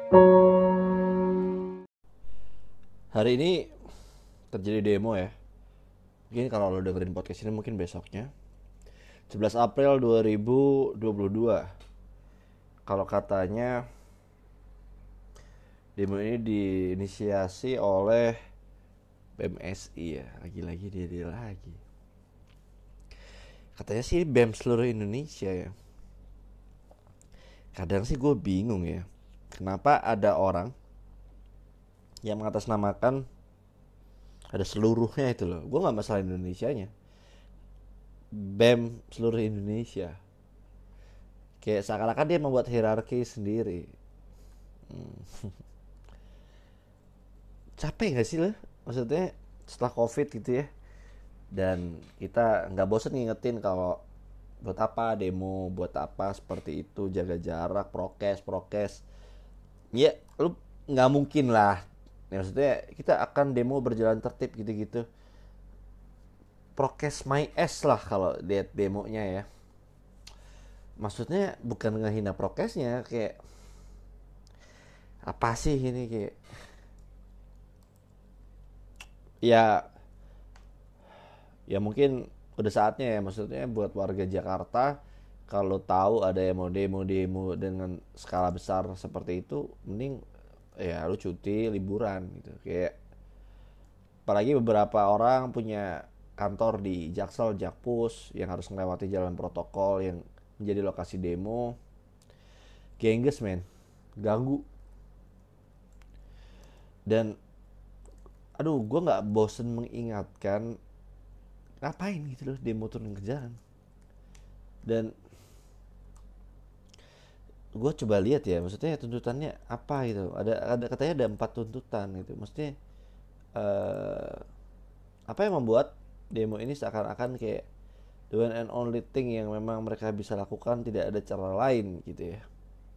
Hari ini terjadi demo ya. Mungkin kalau lo dengerin podcast ini mungkin besoknya. 11 April 2022. Kalau katanya demo ini diinisiasi oleh BMSI ya. Lagi-lagi dia lagi. Katanya sih BEM seluruh Indonesia ya. Kadang sih gue bingung ya. Kenapa ada orang yang mengatasnamakan ada seluruhnya itu loh. Gue gak masalah Indonesianya. BEM seluruh Indonesia. Kayak seakan-akan dia membuat hierarki sendiri. Capek gak sih lo? Maksudnya setelah covid gitu ya. Dan kita gak bosan ngingetin kalau buat apa demo, buat apa seperti itu, jaga jarak, prokes. Ya lu gak mungkin lah ya, maksudnya kita akan demo berjalan tertib gitu-gitu. Prokes my ass lah kalau lihat demonya ya. Maksudnya bukan ngehina prokesnya, kayak apa sih ini, kayak ya ya mungkin udah saatnya ya, maksudnya buat warga Jakarta kalau tahu ada yang mau demo dengan skala besar seperti itu, mending ya lu cuti liburan gitu. Kayak apalagi beberapa orang punya kantor di Jaksel, Jakpus yang harus melewati jalan protokol yang menjadi lokasi demo. Gengges men, ganggu. Dan aduh, gue nggak bosen mengingatkan ngapain gitu loh demo turun ke jalan. Dan gue coba lihat ya, maksudnya tuntutannya apa gitu. Ada katanya ada 4 tuntutan gitu. Maksudnya eh, apa yang membuat demo ini seakan-akan kayak the one and only thing yang memang mereka bisa lakukan, tidak ada cara lain gitu ya.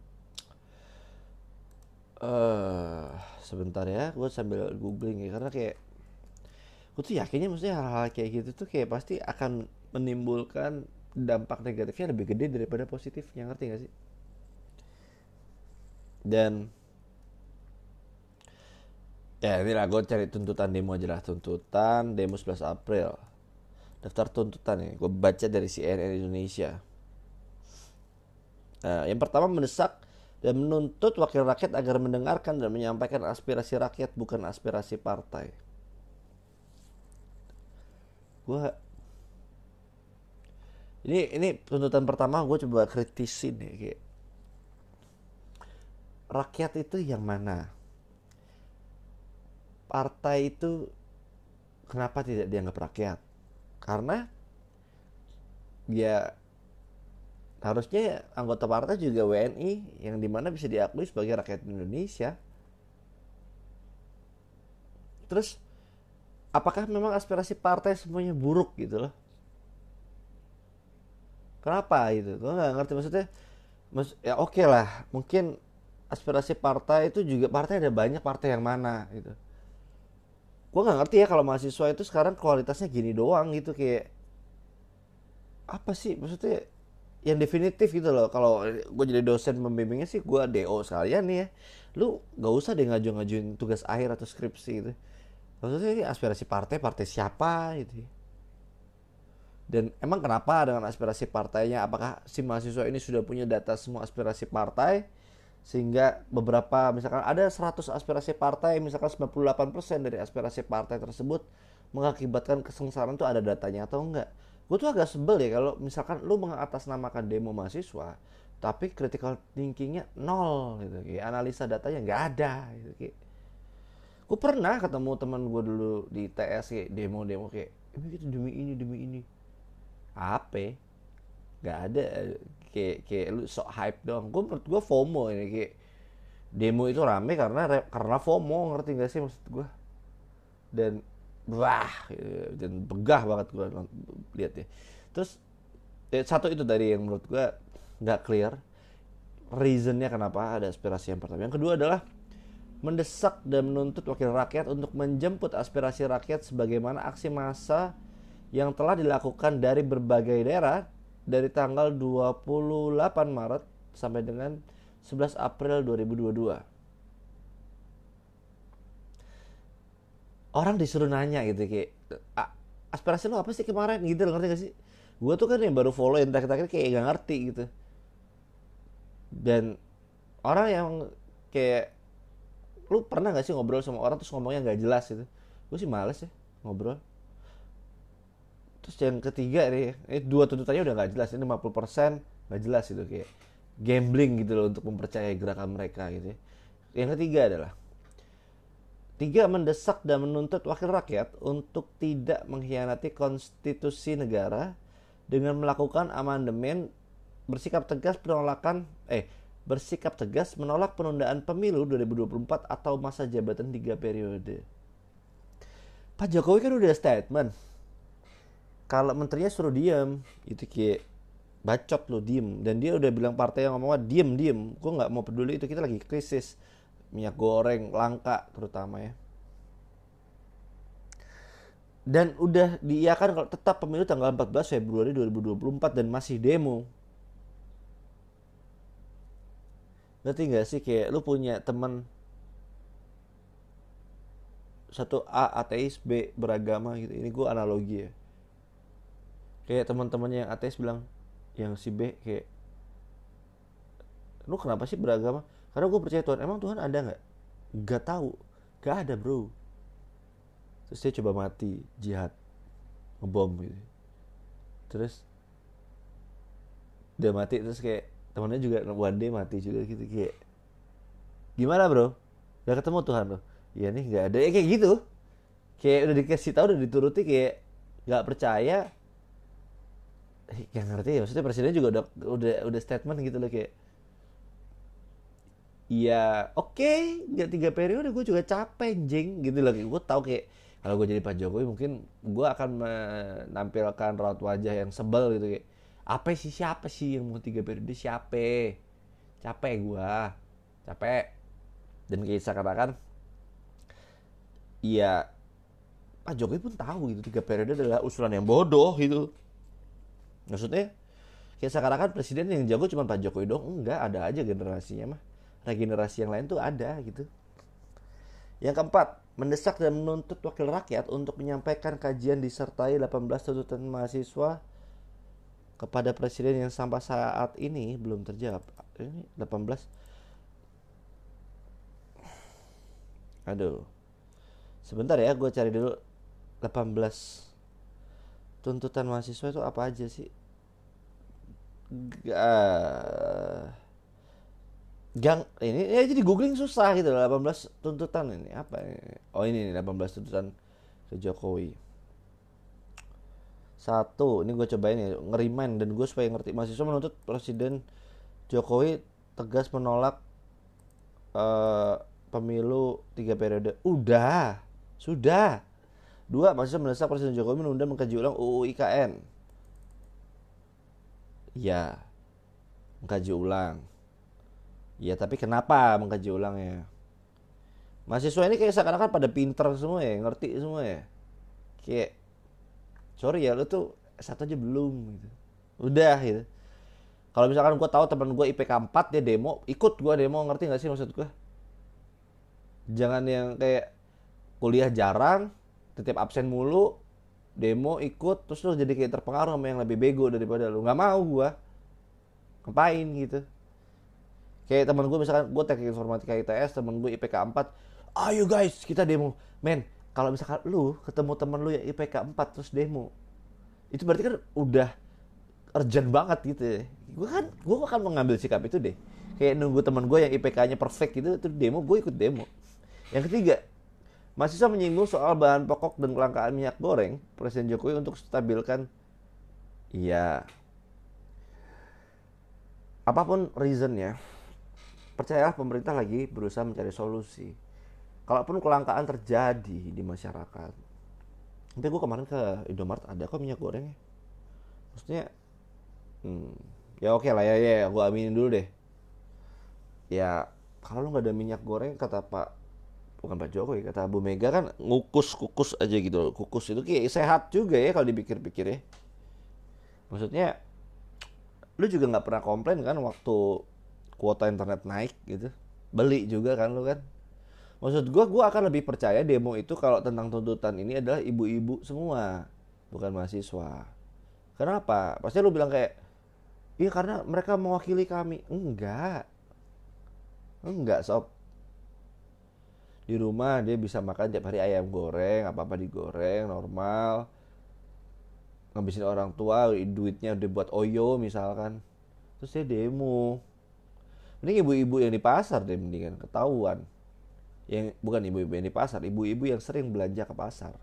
eh Sebentar ya, gue sambil googling ya, karena kayak gue tuh yakinnya maksudnya hal-hal kayak gitu tuh kayak pasti akan menimbulkan dampak negatifnya lebih gede daripada positifnya, ngerti gak sih? Dan ya inilah, gue cari tuntutan demo aja lah. Tuntutan demo 11 April, daftar tuntutan nih gue baca dari CNN Indonesia. Nah, yang pertama, mendesak dan menuntut wakil rakyat agar mendengarkan dan menyampaikan aspirasi rakyat, bukan aspirasi partai. Gue ini tuntutan pertama, gue coba kritisin ya, kayak rakyat itu yang mana? Partai itu kenapa tidak dianggap rakyat? Karena ya harusnya anggota partai juga WNI yang dimana bisa diakui sebagai rakyat Indonesia. Terus apakah memang aspirasi partai semuanya buruk gitu loh? Kenapa gitu? Gue nggak ngerti, maksudnya. Ya oke lah, mungkin aspirasi partai itu juga, partai ada banyak, partai yang mana gitu. Gue nggak ngerti ya kalau mahasiswa itu sekarang kualitasnya gini doang gitu, kayak apa sih maksudnya yang definitif gitu loh. Kalau gue jadi dosen pembimbingnya sih gue DO sekalian nih ya, lu gak usah deh ngajuin tugas akhir atau skripsi gitu. Maksudnya ini aspirasi partai, partai siapa gitu ya. Dan emang kenapa dengan aspirasi partainya? Apakah si mahasiswa ini sudah punya data semua aspirasi partai, sehingga beberapa, misalkan ada 100 aspirasi partai, misalkan 98% dari aspirasi partai tersebut mengakibatkan kesengsaraan, itu ada datanya atau enggak? Gue tuh agak sebel ya kalau misalkan lu mengatasnamakan demo mahasiswa tapi critical thinkingnya nol gitu, kayak analisa datanya nggak ada gitu. Kayak gue pernah ketemu teman gue dulu di TS kayak demo kayak ini gitu, demi ini apa, nggak ada. Kayak lu sok hype doang. Gue, menurut gue FOMO ini, kayak demo itu rame karena FOMO, ngerti gak sih maksud gue? Dan wah, dan begah banget gue lihat ya. Terus satu itu tadi yang menurut gue nggak clear reasonnya kenapa ada aspirasi yang pertama. Yang kedua adalah mendesak dan menuntut wakil rakyat untuk menjemput aspirasi rakyat sebagaimana aksi massa yang telah dilakukan dari berbagai daerah dari tanggal 28 Maret sampai dengan 11 April 2022. orang disuruh nanya gitu kayak aspirasi lo apa sih kemarin gitu lo, ngerti gak sih? Gue tuh kan yang baru follow yang terakhir-terakhir kayak gak ngerti gitu. Dan orang yang kayak, lu pernah gak sih ngobrol sama orang terus ngomongnya gak jelas gitu? Gue sih males ya ngobrol. Terus yang ketiga nih, dua tuntutannya udah gak jelas. Ini 50% gak jelas gitu, kayak gambling gitu loh untuk mempercayai gerakan mereka gitu ya. Yang ketiga adalah, tiga, mendesak dan menuntut wakil rakyat untuk tidak mengkhianati konstitusi negara dengan melakukan amandemen, bersikap tegas penolakan bersikap tegas menolak penundaan pemilu 2024 atau masa jabatan 3 periode. Pak Jokowi kan udah statement kalau menterinya suruh diem, itu kayak bacot lo, diem. Dan dia udah bilang partai yang ngomongnya diem, gue nggak mau peduli, itu kita lagi krisis minyak goreng langka terutama ya. Dan udah diiakan kalau tetap pemilu tanggal 14 Februari 2024 dan masih demo. Ngerti gak sih, kayak lu punya teman satu A ateis, B beragama gitu. Ini gue analogi ya. Kayak teman-temannya yang ateis bilang yang si B kayak, lu kenapa sih beragama? Karena gue percaya Tuhan. Emang Tuhan ada nggak? Gak tahu, gak ada bro. Terus dia coba mati jihad, ngebom gitu. Terus dia mati, terus kayak temannya juga one day mati juga gitu, kayak gimana bro? Gak ketemu Tuhan lo? Ya nih gak ada ya, kayak gitu. Kayak udah dikasih tahu, udah dituruti, kayak gak percaya. Gak ngerti ya, maksudnya presiden juga udah statement gitu loh, kayak iya oke, nggak 3 periode gue juga capek jeng gitu loh. Gue tahu kayak kalau gue jadi Pak Jokowi mungkin gue akan menampilkan raut wajah yang sebel gitu, kayak apa sih, siapa sih yang mau 3 periode, siapa, capek gue, capek. Dan kayak seakan-akan iya Pak Jokowi pun tahu gitu 3 periode adalah usulan yang bodoh gitu. Maksudnya kayak seakan-akan presiden yang jago cuma Pak Jokowi dong. Enggak, ada aja generasinya mah, regenerasi yang lain tuh ada gitu. Yang keempat, mendesak dan menuntut wakil rakyat untuk menyampaikan kajian disertai 18 tuntutan mahasiswa kepada presiden yang sampai saat ini belum terjawab. Ini 18. Aduh. Sebentar ya, gue cari dulu 18 tuntutan mahasiswa itu apa aja sih? Gang ini ya, jadi googling susah gitu. 18 tuntutan ini apa ini? Oh ini nih, 18 tuntutan ke Jokowi. Satu, ini gue cobain ya, ngerimain dan gue supaya ngerti. Mahasiswa menuntut Presiden Jokowi tegas menolak eh, pemilu 3 periode. Udah, sudah. Dua, mahasiswa mendesak Presiden Jokowi menunda mengkaji ulang UU IKN. Ya, mengkaji ulang. Ya tapi kenapa mengkaji ulangnya? Mahasiswa ini kayak seakan-akan pada pinter semua ya, ngerti semua ya. Kayak sorry ya, lu tuh satu aja belum gitu. Udah gitu. Kalau misalkan gue tahu teman gue IPK 4 dia demo, ikut gue demo, ngerti gak sih maksud gue? Jangan yang kayak kuliah jarang, tetap absen mulu, demo ikut, terus lu jadi kayak terpengaruh sama yang lebih bego daripada lu. Nggak mau gue, ngapain gitu. Kayak teman gue misalkan, gue teknik informatika ITS, teman gue IPK 4, ayo guys kita demo. Men, kalau misalkan lu ketemu teman lu yang IPK 4 terus demo, itu berarti kan udah urgent banget gitu ya. Gue akan mengambil sikap itu deh. Kayak nunggu teman gue yang IPK-nya perfect gitu, terus demo, gue ikut demo. Yang ketiga, mahasiswa menyinggung soal bahan pokok dan kelangkaan minyak goreng Presiden Jokowi untuk stabilkan. Iya, apapun reasonnya, percayalah pemerintah lagi berusaha mencari solusi. Kalaupun kelangkaan terjadi di masyarakat, nanti gue kemarin ke Indomaret ada kok minyak gorengnya. Maksudnya, ya oke lah ya, gue aminin dulu deh. Ya kalau lu nggak ada minyak goreng, kata bukan Pak Jokowi, kata Bu Mega kan kukus aja gitu. Kukus itu kayak sehat juga ya kalau dipikir-pikir ya. Maksudnya lu juga nggak pernah komplain kan waktu kuota internet naik gitu, beli juga kan lu kan. Maksud gue akan lebih percaya demo itu kalau tentang tuntutan ini adalah ibu-ibu semua, bukan mahasiswa. Kenapa? Pasti lu bilang kayak, iya karena mereka mewakili kami. Enggak sob. Di rumah dia bisa makan tiap hari ayam goreng, apa-apa digoreng, normal. Ngabisin orang tua, duitnya udah buat oyo misalkan. Terus dia demo. Mending ibu-ibu yang di pasar deh mendingan, ketahuan. Yang bukan ibu-ibu yang di pasar, ibu-ibu yang sering belanja ke pasar.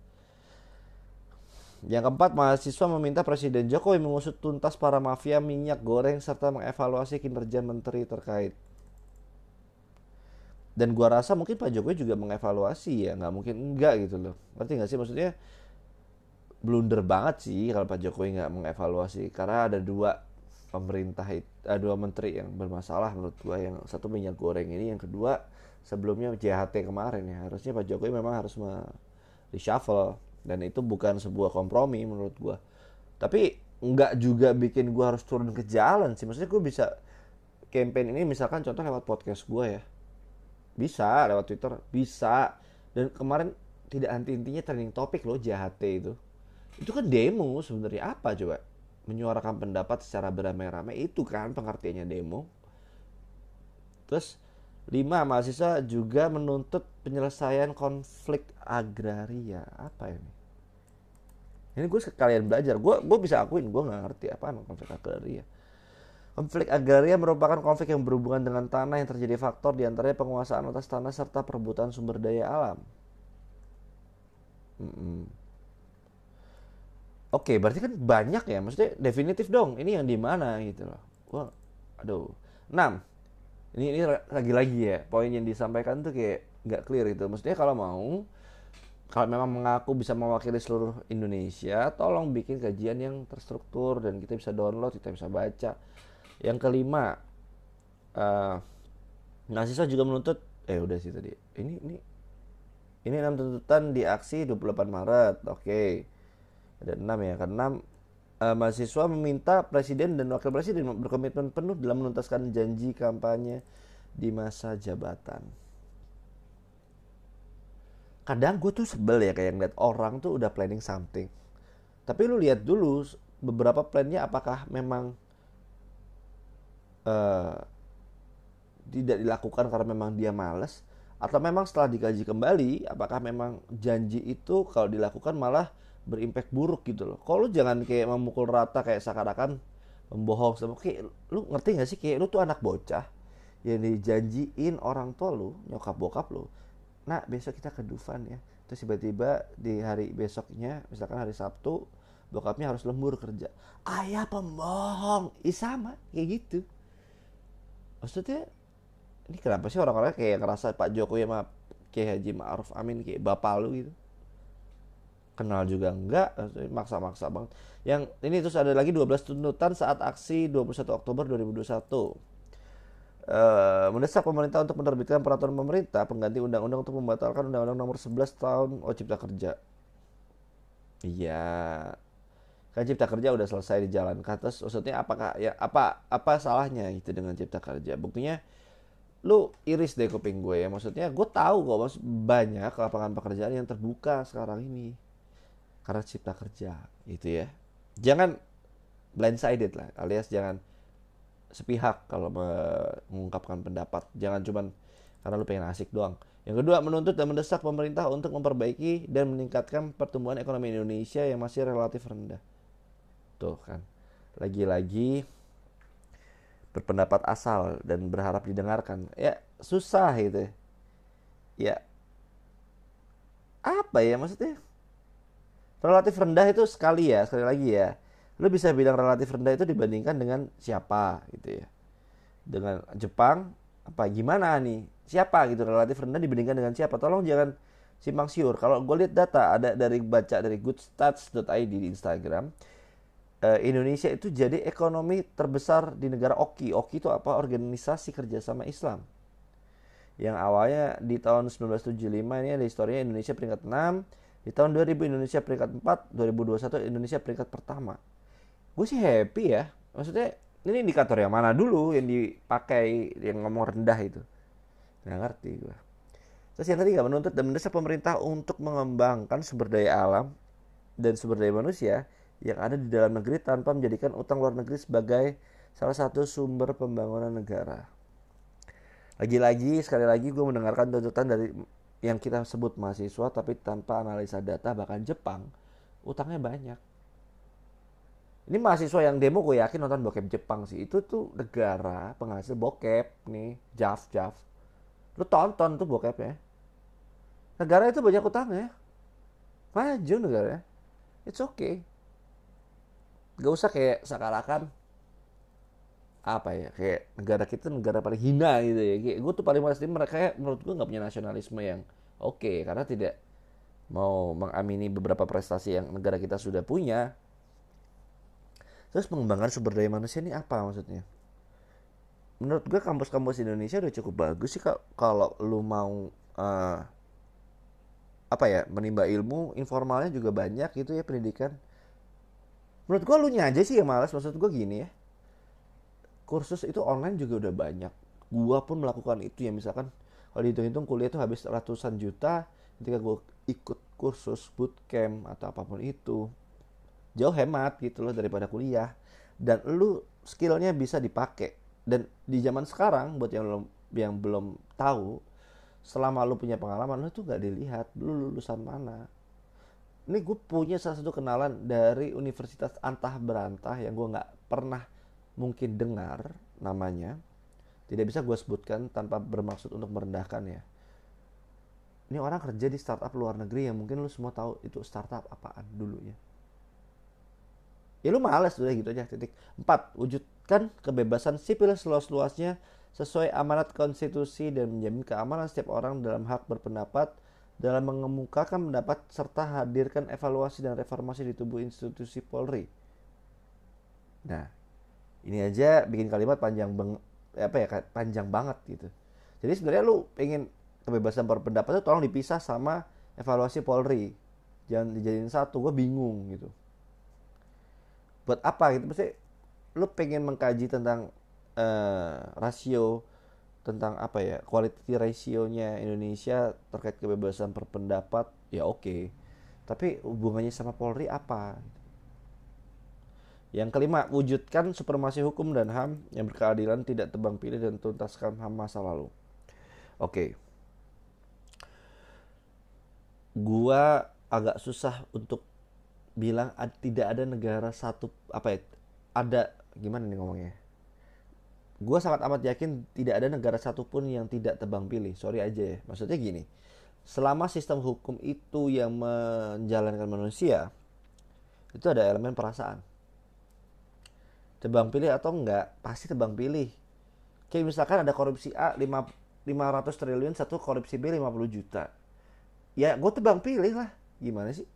Yang keempat, mahasiswa meminta Presiden Jokowi mengusut tuntas para mafia minyak goreng serta mengevaluasi kinerja menteri terkait. Dan gua rasa mungkin Pak Jokowi juga mengevaluasi ya, nggak mungkin enggak gitu loh. Ngerti nggak sih maksudnya? Blunder banget sih kalau Pak Jokowi nggak mengevaluasi, karena ada dua menteri yang bermasalah menurut gua. Yang satu minyak goreng ini, yang kedua sebelumnya JHT kemarin ya. Harusnya Pak Jokowi memang harus reshuffle, dan itu bukan sebuah kompromi menurut gua. Tapi nggak juga bikin gua harus turun ke jalan sih. Maksudnya gua bisa campaign ini misalkan contoh lewat podcast gua ya, bisa lewat Twitter, bisa. Dan kemarin tidak henti-hentinya trending topik loh JHT itu. Itu kan demo sebenarnya, apa coba? Menyuarakan pendapat secara beramai-ramai, itu kan pengertiannya demo. Terus 5, mahasiswa juga menuntut penyelesaian konflik agraria. Apa ini? Ini gue sekalian belajar. Gue bisa akuin gue nggak ngerti apaan konflik agraria. Konflik agraria merupakan konflik yang berhubungan dengan tanah yang terjadi faktor diantaranya penguasaan atas tanah serta perebutan sumber daya alam. Oke, berarti kan banyak ya. Maksudnya definitif dong. Ini yang di mana gitu loh. Wah, aduh. 6. Ini lagi-lagi ya. Poin yang disampaikan tuh kayak nggak clear gitu. Maksudnya kalau memang mengaku bisa mewakili seluruh Indonesia, tolong bikin kajian yang terstruktur dan kita bisa download, kita bisa baca. Yang kelima, mahasiswa juga menuntut, udah sih tadi. Ini 6 tuntutan di aksi 28 Maret. Oke. Ada 6 ya. Keenam, mahasiswa meminta presiden dan wakil presiden berkomitmen penuh dalam menuntaskan janji kampanye di masa jabatan. Kadang gue tuh sebel ya kayak ngeliat orang tuh udah planning something, tapi lu lihat dulu beberapa plannya apakah memang tidak dilakukan karena memang dia males, atau memang setelah dikaji kembali apakah memang janji itu kalau dilakukan malah berimpact buruk gitu loh. Kalau lu jangan kayak memukul rata kayak seakan-akan membohong sama, kayak lu ngerti gak sih, kayak lu tuh anak bocah yang dijanjiin orang tua lu, nyokap bokap lu, nah besok kita ke Dufan ya, terus tiba-tiba di hari besoknya misalkan hari Sabtu bokapnya harus lembur kerja. Ayah pembohong. Sama kayak gitu. Maksudnya ini kenapa sih orang-orang kayak ngerasa Pak Jokowi sama Kiai Haji Ma'ruf Amin kayak bapak lu gitu? Kenal juga enggak, maksa-maksa banget. Yang ini terus ada lagi 12 tuntutan saat aksi 21 Oktober 2021. Mendesak pemerintah untuk menerbitkan peraturan pemerintah pengganti undang-undang untuk membatalkan undang-undang nomor 11 tahun Cipta Kerja. Iya. Kan Cipta Kerja udah selesai dijalankan, terus maksudnya apakah ya apa salahnya gitu dengan Cipta Kerja? Buktinya lu iris deh kuping gue ya. Maksudnya gue tahu kok banyak lapangan pekerjaan yang terbuka sekarang ini karena Cipta Kerja gitu ya. Jangan blindsided lah, alias jangan sepihak kalau mengungkapkan pendapat. Jangan cuman karena lu pengen asik doang. Yang kedua, menuntut dan mendesak pemerintah untuk memperbaiki dan meningkatkan pertumbuhan ekonomi Indonesia yang masih relatif rendah. Tuh kan, lagi-lagi berpendapat asal dan berharap didengarkan. Ya susah gitu. Ya apa ya maksudnya? Relatif rendah itu sekali lagi ya. Lu bisa bilang relatif rendah itu dibandingkan dengan siapa gitu ya. Dengan Jepang apa gimana nih? Siapa gitu relatif rendah dibandingkan dengan siapa? Tolong jangan simpang siur. Kalau gue lihat data ada baca dari goodstats.id di Instagram, Indonesia itu jadi ekonomi terbesar di negara OKI. OKI itu apa? Organisasi Kerjasama Islam. Yang awalnya di tahun 1975 ini ada historinya Indonesia peringkat 6. Di tahun 2000 Indonesia peringkat 4, 2021 Indonesia peringkat pertama. Gue sih happy ya. Maksudnya ini indikator yang mana dulu yang dipakai yang ngomong rendah itu? Nggak ngerti gue. Terus yang ketiga, menuntut dan mendesak pemerintah untuk mengembangkan sumber daya alam dan sumber daya manusia yang ada di dalam negeri tanpa menjadikan utang luar negeri sebagai salah satu sumber pembangunan negara. Lagi-lagi, sekali lagi gue mendengarkan tuntutan dari yang kita sebut mahasiswa tapi tanpa analisa data. Bahkan Jepang utangnya banyak. Ini mahasiswa yang demo gue yakin nonton bokep Jepang sih. Itu tuh negara penghasil bokep nih, JAV. Lu tonton tuh bokepnya. Negara itu banyak utangnya. Maju negara. It's okay. Gak usah kayak seakan-akan apa ya, kayak negara kita negara paling hina gitu ya. Kayak gue tuh paling males, mereka kayak menurut gue nggak punya nasionalisme yang oke, karena tidak mau mengamini beberapa prestasi yang negara kita sudah punya. Terus pengembangan sumber daya manusia ini apa maksudnya? Menurut gue kampus-kampus Indonesia udah cukup bagus sih kalau lu mau apa ya, menimba ilmu informalnya juga banyak gitu ya pendidikan. Menurut gue lu nya aja sih yang malas. Maksud gue gini ya, kursus itu online juga udah banyak. Gua pun melakukan itu ya, misalkan kalau dihitung-hitung kuliah itu habis ratusan juta ketika gue ikut kursus bootcamp atau apapun itu. Jauh hemat gitu loh daripada kuliah. Dan lu skillnya bisa dipakai. Dan di zaman sekarang buat yang belum tahu, selama lu punya pengalaman, lu tuh gak dilihat lu lulusan mana. Ini gue punya salah satu kenalan dari universitas antah berantah yang gue nggak pernah mungkin dengar namanya. Tidak bisa gue sebutkan tanpa bermaksud untuk merendahkan ya. Ini orang kerja di startup luar negeri yang mungkin lu semua tahu itu startup apaan dulunya. Ya lu males udah gitu aja, titik. 4. Wujudkan kebebasan sipil seluas-luasnya sesuai amanat konstitusi dan menjamin keamanan setiap orang dalam hak berpendapat, dalam mengemukakan pendapat, serta hadirkan evaluasi dan reformasi di tubuh institusi Polri. Nah, ini aja bikin kalimat panjang banget gitu. Jadi sebenarnya lu pengen kebebasan berpendapat itu tolong dipisah sama evaluasi Polri. Jangan dijadiin satu, gue bingung gitu. Buat apa gitu? Maksudnya lu pengen mengkaji tentang rasio, tentang apa ya, quality ratio-nya Indonesia terkait kebebasan berpendapat, ya oke. Tapi hubungannya sama Polri apa? Yang kelima, wujudkan supremasi hukum dan HAM yang berkeadilan, tidak tebang pilih, dan tuntaskan HAM masa lalu. Oke. Gua agak susah untuk bilang tidak ada negara satu apa ya, ada gimana nih ngomongnya. Gue sangat amat yakin tidak ada negara satupun yang tidak tebang pilih. Sorry aja ya. Maksudnya gini, selama sistem hukum itu yang menjalankan manusia, itu ada elemen perasaan. Tebang pilih atau enggak, pasti tebang pilih. Kayak misalkan ada korupsi A 500 triliun, satu korupsi B 50 juta. Ya gue tebang pilih lah. Gimana sih?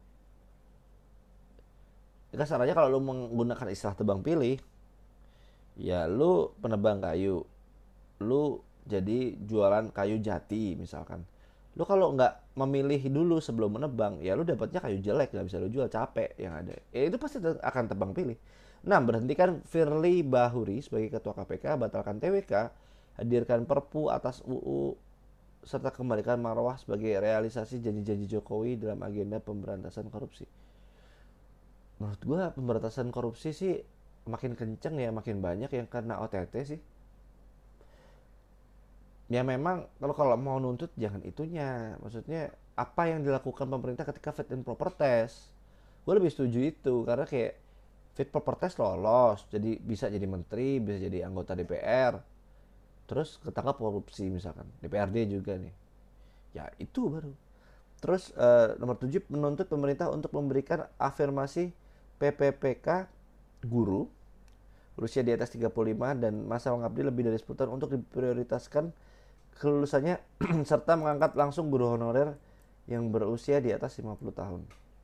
Kasarnya kalau lu menggunakan istilah tebang pilih, ya lu penebang kayu, lu jadi jualan kayu jati misalkan. Lu kalau nggak memilih dulu sebelum menebang, ya lu dapatnya kayu jelek, nggak bisa lu jual, capek yang ada. Ya itu pasti akan tebang pilih. Nah, berhentikan Firly Bahuri sebagai ketua KPK, batalkan TWK, hadirkan Perpu atas UU, serta kembalikan marwah sebagai realisasi janji-janji Jokowi dalam agenda pemberantasan korupsi. Menurut gue pemberantasan korupsi sih makin kenceng ya, makin banyak yang kena OTT sih. Ya memang kalau mau nuntut jangan itunya. Maksudnya apa yang dilakukan pemerintah ketika fit and proper test. Gue lebih setuju itu karena kayak fit proper test lolos, jadi bisa jadi menteri, bisa jadi anggota DPR. Terus ketangkap korupsi misalkan, DPRD juga nih. Ya itu baru. Terus nomor 7, menuntut pemerintah untuk memberikan afirmasi PPPK guru berusia di atas 35 dan masa mengabdi lebih dari 10 tahun untuk diprioritaskan kelulusannya serta mengangkat langsung guru honorer yang berusia di atas 50 tahun.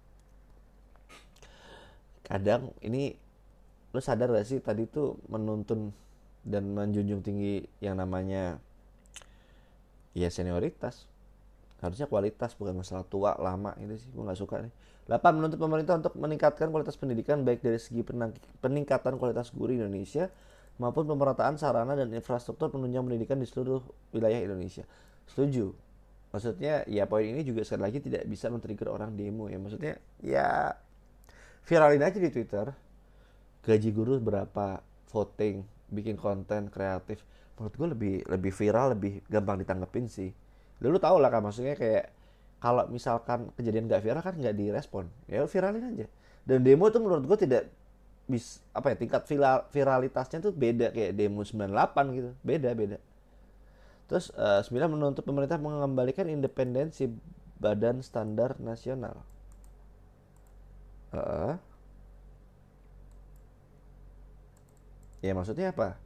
Kadang ini lu sadar gak sih tadi tuh menuntun dan menjunjung tinggi yang namanya ya senioritas. Harusnya kualitas, bukan masalah tua lama. Itu sih gue gak suka nih. 8, menuntut pemerintah untuk meningkatkan kualitas pendidikan baik dari segi peningkatan kualitas guru Indonesia maupun pemerataan sarana dan infrastruktur penunjang pendidikan di seluruh wilayah Indonesia. Setuju. Maksudnya ya poin ini juga sekali lagi tidak bisa men-trigger orang demo ya. Maksudnya ya viralin aja di Twitter. Gaji guru berapa, voting, bikin konten kreatif. Menurut gue lebih lebih viral, lebih gampang ditanggepin sih. Lu tau lah kan, maksudnya kayak kalau misalkan kejadian gak viral kan nggak direspon, ya viralin aja. Dan demo tuh menurut gue tidak apa ya, tingkat viralitasnya tuh beda kayak demo 98 gitu, beda beda. Terus 9 menuntut pemerintah mengembalikan independensi Badan Standar Nasional. uh, ya maksudnya apa?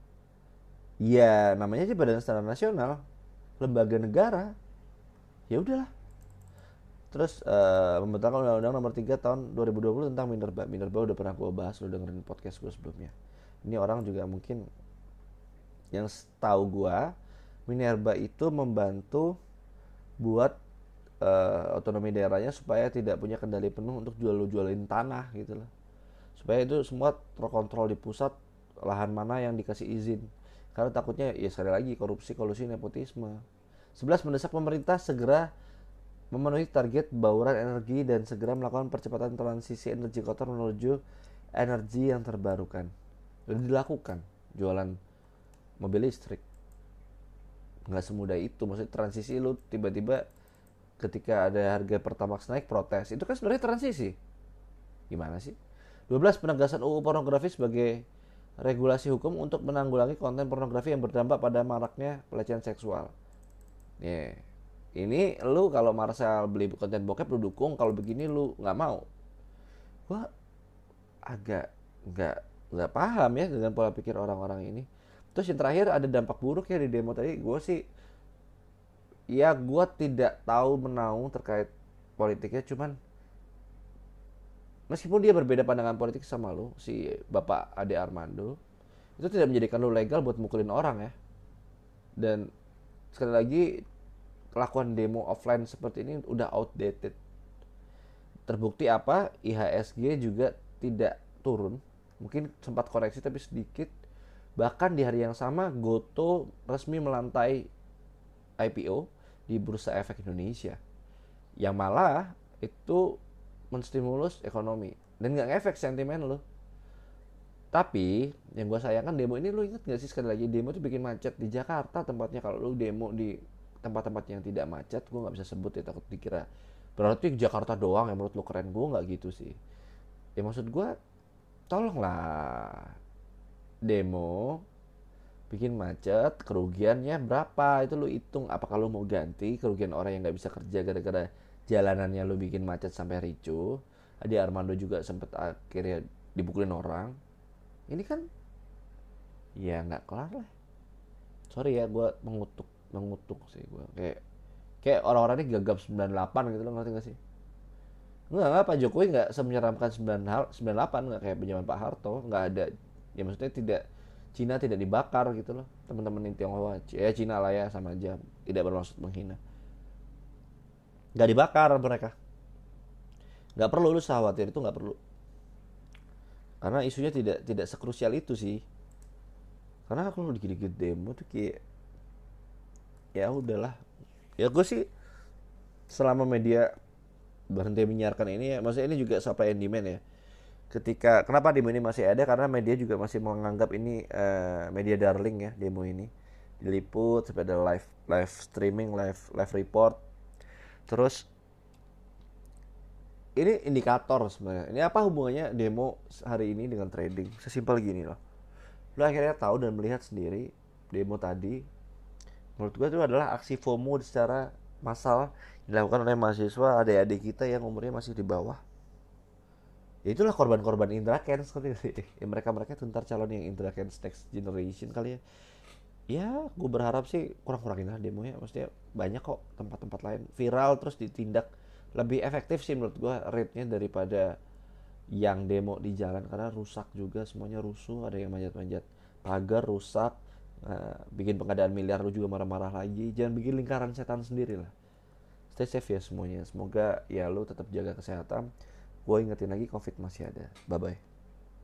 Ya namanya aja Badan Standar Nasional, lembaga negara. Ya udahlah. Terus pembentukan Undang-Undang Nomor 3 Tahun 2020 tentang Minerba. Minerba udah pernah gue bahas, lo dengerin podcast gue sebelumnya. Ini orang juga mungkin yang tahu gue, Minerba itu membantu buat otonomi daerahnya supaya tidak punya kendali penuh untuk jualin tanah gitu loh. Supaya itu semua terkontrol di pusat, lahan mana yang dikasih izin. Karena takutnya ya sekali lagi korupsi, kolusi, nepotisme. 11 mendesak pemerintah segera memenuhi target bauran energi dan segera melakukan percepatan transisi energi kotor menuju energi yang terbarukan. Sudah dilakukan jualan mobil listrik. Nggak semudah itu, maksudnya transisi lu tiba-tiba ketika ada harga Pertamax naik protes, itu kan sebenarnya transisi. Gimana sih? 12 penegasan UU pornografi sebagai regulasi hukum untuk menanggulangi konten pornografi yang berdampak pada maraknya pelecehan seksual. Nih, ini lu kalau Marcel beli konten bokep lu dukung, kalau begini lu nggak mau. Gua agak nggak nggak paham ya dengan pola pikir orang-orang ini. Terus yang terakhir ada dampak buruk ya di demo tadi. Gue sih ya gue tidak tahu menahu terkait politiknya, cuman meskipun dia berbeda pandangan politik sama lu, si Bapak Ade Armando, itu tidak menjadikan lu legal buat mukulin orang ya. Dan sekali lagi kelakuan demo offline seperti ini udah outdated. Terbukti apa? IHSG juga tidak turun. Mungkin sempat koreksi tapi sedikit. Bahkan di hari yang sama Goto resmi melantai IPO di Bursa Efek Indonesia. Yang malah itu menstimulus ekonomi dan nggak ngefek sentimen lo. Tapi yang gue sayangkan demo ini, lo inget gak sih sekali lagi demo tuh bikin macet di Jakarta tempatnya. Kalau lo demo di tempat-tempat yang tidak macet, gue nggak bisa sebut ya, takut dikira berarti Jakarta doang yang menurut lo keren. Gue nggak gitu sih. Ya maksud gue, tolonglah demo bikin macet, kerugiannya berapa itu lo hitung. Apa kalau mau ganti kerugian orang yang nggak bisa kerja gara-gara jalanannya lo bikin macet sampai ricuh. Adi Armando juga sempet akhirnya dipukulin orang. Ini kan ya nggak kelar lah. Sorry ya, gue mengutuk sih gue, kayak orang-orang ini gagap 98 gitu, lo ngerti gak sih? Enggak, Pak Jokowi nggak semenyeramkan 98, nggak kayak zaman Pak Harto. Nggak ada, ya maksudnya tidak, Cina tidak dibakar gitu loh. Teman-teman yang Tionghoa ya Cina lah ya, sama aja, tidak bermaksud menghina. Nggak dibakar mereka, nggak perlu lu khawatir, itu nggak perlu. Karena isunya tidak sekrusial itu sih. Karena kalau dikit-dikit demo tuh kayak ya udahlah. Ya gue sih selama media berhenti menyiarkan ini ya, maksudnya ini juga supply and demand ya. Ketika kenapa demo ini masih ada, karena media juga masih menganggap ini media darling ya, demo ini diliput sampai ada live streaming, live report. Terus ini indikator sebenarnya. Ini apa hubungannya demo hari ini dengan trading? Sesimpel gini loh. Lo akhirnya tahu dan melihat sendiri demo tadi, menurut gue itu adalah aksi FOMO secara massal dilakukan oleh mahasiswa adik-adik kita yang umurnya masih di bawah. Ya itulah korban-korban Indra Kents seperti ya, mereka itu ntar calon yang Indra Kents next generation kali ya. Ya gue berharap sih kurang-kurangin lah demonya. Maksudnya banyak kok tempat-tempat lain viral terus ditindak lebih efektif sih menurut gue rate-nya daripada yang demo di jalan. Karena rusak juga, semuanya rusuh, ada yang manjat-manjat pagar rusak. Bikin pengadaan miliar lu juga marah-marah lagi. Jangan bikin lingkaran setan sendiri lah. Stay safe ya semuanya. Semoga ya lu tetap jaga kesehatan. Gue ingetin lagi, COVID masih ada. Bye bye.